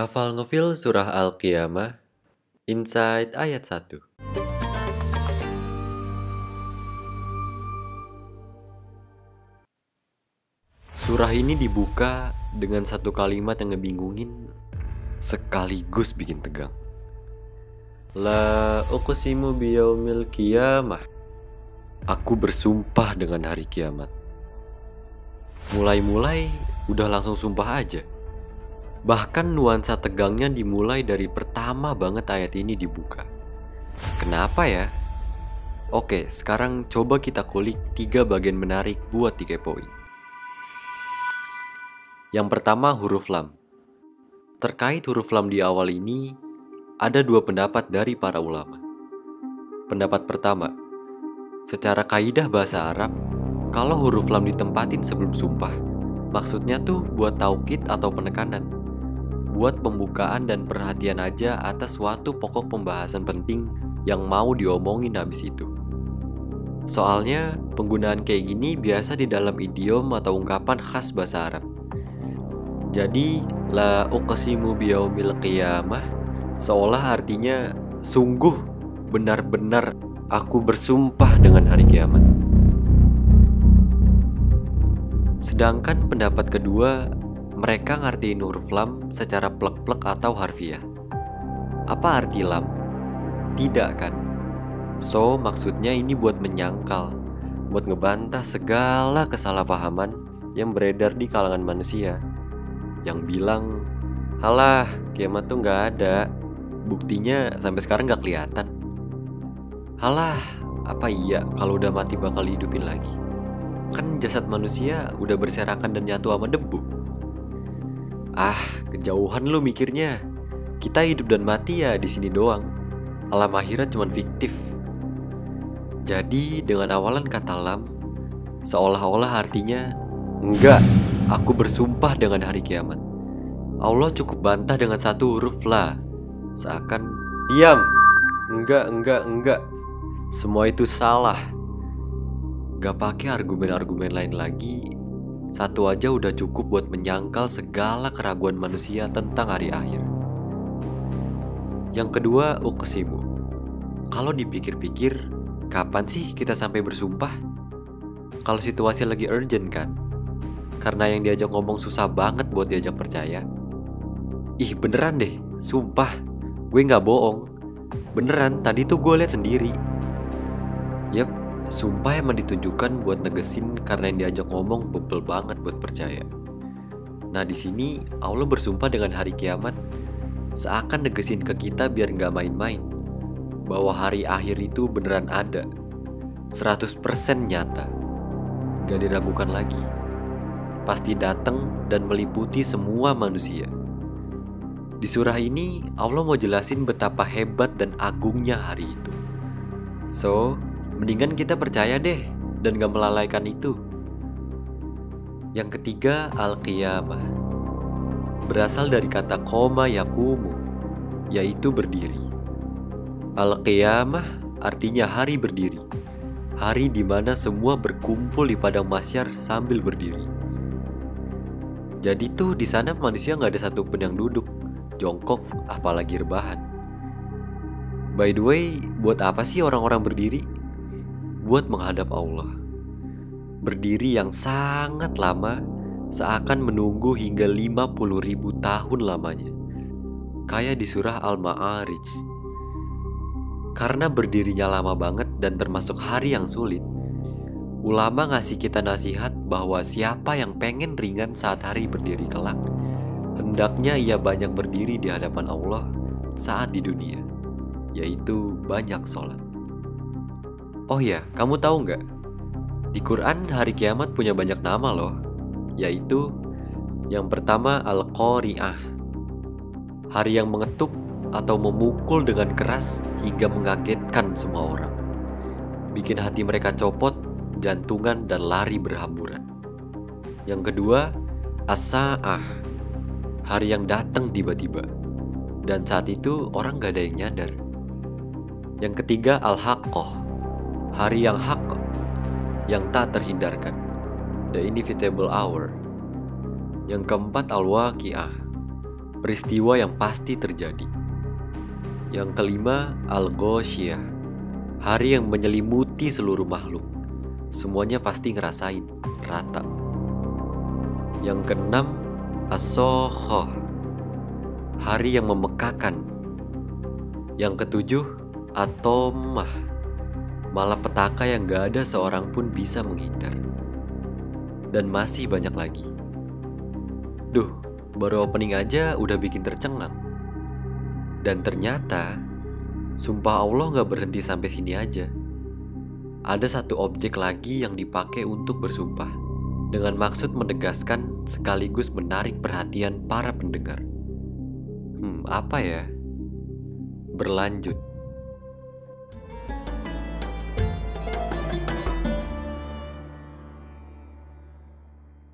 Hafal ngefil surah Al-Qiyamah, Insight ayat 1. Surah ini dibuka dengan satu kalimat yang ngebingungin sekaligus bikin tegang. La uqsimu biyaumil qiyamah. Aku bersumpah dengan hari kiamat. Mulai-mulai udah langsung sumpah aja. Bahkan nuansa tegangnya dimulai dari pertama banget ayat ini dibuka. Kenapa ya? Oke, sekarang coba kita kulik 3 bagian menarik buat dikepoin. Yang pertama, huruf lam. Terkait huruf lam di awal ini, ada 2 pendapat dari para ulama. Pendapat pertama, secara kaidah bahasa Arab, kalau huruf lam ditempatin sebelum sumpah, maksudnya tuh buat taukid atau penekanan, buat pembukaan dan perhatian aja atas suatu pokok pembahasan penting yang mau diomongin habis itu. Soalnya penggunaan kayak gini biasa di dalam idiom atau ungkapan khas bahasa Arab. Jadi la uqsimu biyaumil qiyamah seolah artinya sungguh benar-benar aku bersumpah dengan hari kiamat. Sedangkan pendapat kedua, mereka ngertiin huruf lam secara plek-plek atau harfiah. Apa arti lam? Tidak kan? So, maksudnya ini buat menyangkal, buat ngebantah segala kesalahpahaman yang beredar di kalangan manusia, yang bilang, halah, kiamat tuh gak ada, buktinya sampai sekarang gak kelihatan. Halah, apa iya kalau udah mati bakal dihidupin lagi? Kan jasad manusia udah berserakan dan nyatu sama debu. Ah, kejauhan lu mikirnya. Kita hidup dan mati ya di sini doang. Alam akhirat cuman fiktif. Jadi dengan awalan kata lam, seolah-olah artinya enggak, aku bersumpah dengan hari kiamat. Allah cukup bantah dengan satu huruf la. Seakan diam. Enggak. Semua itu salah. Gak pakai argumen-argumen lain lagi. Satu aja udah cukup buat menyangkal segala keraguan manusia tentang hari akhir. Yang kedua, uqsimu. Kalau dipikir-pikir, kapan sih kita sampai bersumpah? Kalau situasi lagi urgent kan? Karena yang diajak ngomong susah banget buat diajak percaya. Ih beneran deh, sumpah, gue gak bohong. Beneran, tadi tuh gue lihat sendiri. Yap, sumpah emang ditunjukkan buat negesin karena yang diajak ngomong bebel banget buat percaya. Nah di sini Allah bersumpah dengan hari kiamat, seakan negesin ke kita biar gak main-main, bahwa hari akhir itu beneran ada, 100% nyata, gak diragukan lagi, pasti datang dan meliputi semua manusia. Di surah ini Allah mau jelasin betapa hebat dan agungnya hari itu. So, mendingan kita percaya deh dan gak melalaikan itu. Yang ketiga, Al-Qiyamah. Berasal dari kata qoma yaqumu, yaitu berdiri. Al-Qiyamah artinya hari berdiri. Hari di mana semua berkumpul di padang mahsyar sambil berdiri. Jadi tuh di sana manusia gak ada satupun yang duduk, jongkok, apalagi rebahan. By the way, buat apa sih orang-orang berdiri? Buat menghadap Allah. Berdiri yang sangat lama, seakan menunggu hingga 50.000 tahun lamanya. Kayak di surah Al-Ma'arij. Karena berdirinya lama banget dan termasuk hari yang sulit, ulama ngasih kita nasihat bahwa siapa yang pengen ringan saat hari berdiri kelak, hendaknya ia banyak berdiri di hadapan Allah saat di dunia, yaitu banyak sholat. Oh ya, kamu tahu nggak? Di Quran hari kiamat punya banyak nama loh, yaitu yang pertama Al-Qari'ah, hari yang mengetuk atau memukul dengan keras hingga mengagetkan semua orang, bikin hati mereka copot, jantungan dan lari berhamburan. Yang kedua As-Sa'ah, hari yang datang tiba-tiba, dan saat itu orang gak ada yang nyadar. Yang ketiga Al-Haqqah, hari yang hak, yang tak terhindarkan, the inevitable hour. Yang keempat Al-Waqi'ah, peristiwa yang pasti terjadi. Yang kelima, Al-Ghoshiyah, hari yang menyelimuti seluruh makhluk. Semuanya pasti ngerasain, rata. Yang keenam, As-Sokhah, hari yang memekakan. Yang ketujuh, At-Tammah, malapetaka yang gak ada seorang pun bisa menghindar. Dan masih banyak lagi. Duh, baru opening aja udah bikin tercengang. Dan ternyata, sumpah Allah gak berhenti sampai sini aja. Ada satu objek lagi yang dipakai untuk bersumpah, dengan maksud menegaskan sekaligus menarik perhatian para pendengar. Apa ya? Berlanjut.